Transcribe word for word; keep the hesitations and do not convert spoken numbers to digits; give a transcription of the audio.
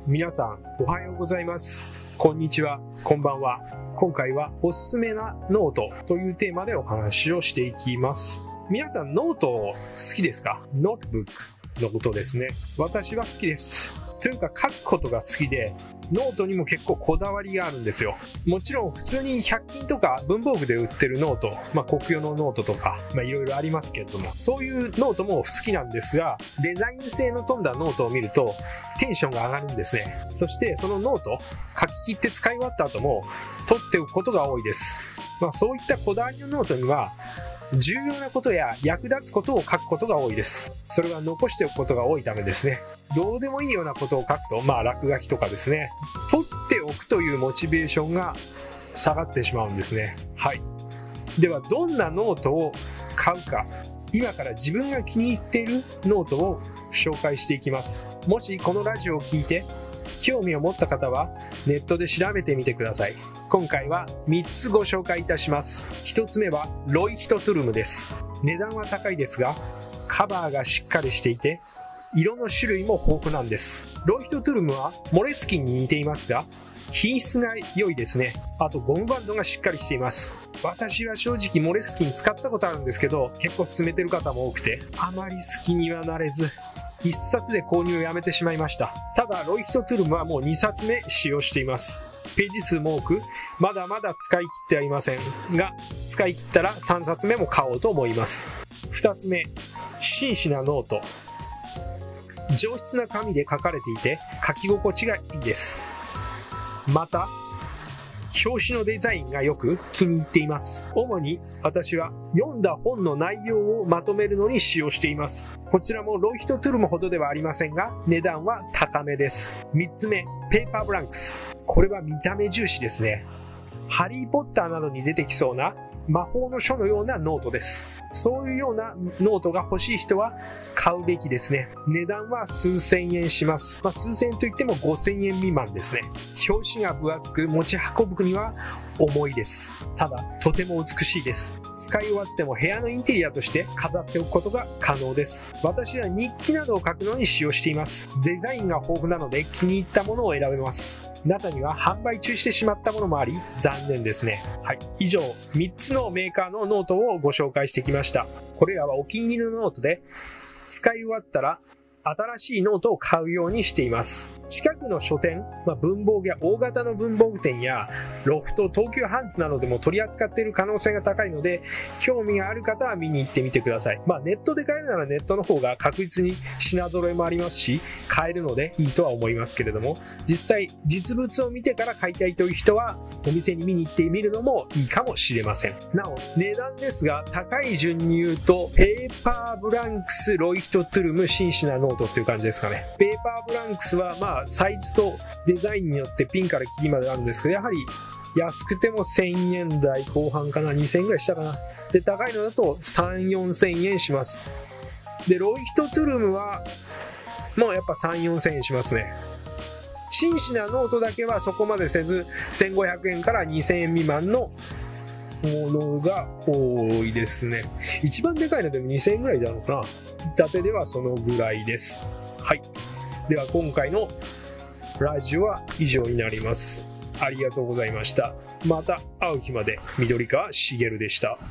皆さんおはようございます。こんにちは、こんばんは。今回はおすすめなノートというテーマでお話をしていきます。皆さんノート好きですか？ノートブックのことですね。私は好きです。というか書くことが好きで、ノートにも結構こだわりがあるんですよ。もちろん普通にひゃく均とか文房具で売ってるノート、まあ国用のノートとか、まあいろいろありますけれども、そういうノートも好きなんですが、デザイン性の富んだノートを見るとテンションが上がるんですね。そしてそのノート、書き切って使い終わった後も取っておくことが多いです。まあそういったこだわりのノートには、重要なことや役立つことを書くことが多いです。それは残しておくことが多いためですね。どうでもいいようなことを書くと、まあ落書きとかですね、取っておくというモチベーションが下がってしまうんですね。はい。ではどんなノートを買うか、今から自分が気に入っているノートを紹介していきます。もしこのラジオを聞いて興味を持った方はネットで調べてみてください。今回はみっつご紹介いたします。ひとつめはロイヒトトゥルムです。値段は高いですがカバーがしっかりしていて色の種類も豊富なんです。ロイヒトトゥルムはモレスキンに似ていますが品質が良いですね。あとゴムバンドがしっかりしています。私は正直モレスキン使ったことあるんですけど結構勧めてる方も多くてあまり好きにはなれずいっさつで購入をやめてしまいました。ただロイヒトトゥルムはもうにさつめ使用しています。ページ数も多くまだまだ使い切ってはいませんが使い切ったらさんさつめも買おうと思います。ふたつめ、真摯なノート。上質な紙で書かれていて書き心地がいいです。また表紙のデザインがよく気に入っています。主に私は読んだ本の内容をまとめるのに使用しています。こちらもロイヒトトゥルムほどではありませんが値段は高めです。みっつめ、ペーパーブランクス。これは見た目重視ですね。ハリーポッターなどに出てきそうな魔法の書のようなノートです。そういうようなノートが欲しい人は買うべきですね。値段は数千円します。まあ、数千円といってもごせんえん未満ですね。表紙が分厚く持ち運ぶには重いです。ただとても美しいです。使い終わっても部屋のインテリアとして飾っておくことが可能です。私は日記などを書くのに使用しています。デザインが豊富なので気に入ったものを選べます。中には販売中してしまったものもあり残念ですね。はい、以上みっつのメーカーのノートをご紹介してきました。これらはお気に入りのノートで使い終わったら新しいノートを買うようにしています。近くの書店、まあ、文房具や大型の文房具店やロフト、東急ハンズなどでも取り扱っている可能性が高いので興味がある方は見に行ってみてください。まあ、ネットで買えるならネットの方が確実に品揃えもありますし買えるのでいいとは思いますけれども、実際実物を見てから買いたいという人はお店に見に行ってみるのもいいかもしれません。なお値段ですが高い順に言うとペーパーブランクスロイヒトトゥルム真摯なノートっていう感じですかね。ペーパーブランクスはまあサイズとデザインによってピンからキリまであるんですけどやはり安くてもせんえん台後半かな、にせんえんぐらいしたかな。で高いのだとさん、よんせんえんします。でロイヒトトゥルムはもうやっぱさん、よんせんえんしますね。真摯なノートだけはそこまでせずせんごひゃくえんからにせんえん未満のものが多いですね。一番でかいのでもにせんえんぐらいなのかな。伊達ではそのぐらいです。はい、では今回のラジオは以上になります。ありがとうございました。また会う日まで。緑川しげるでした。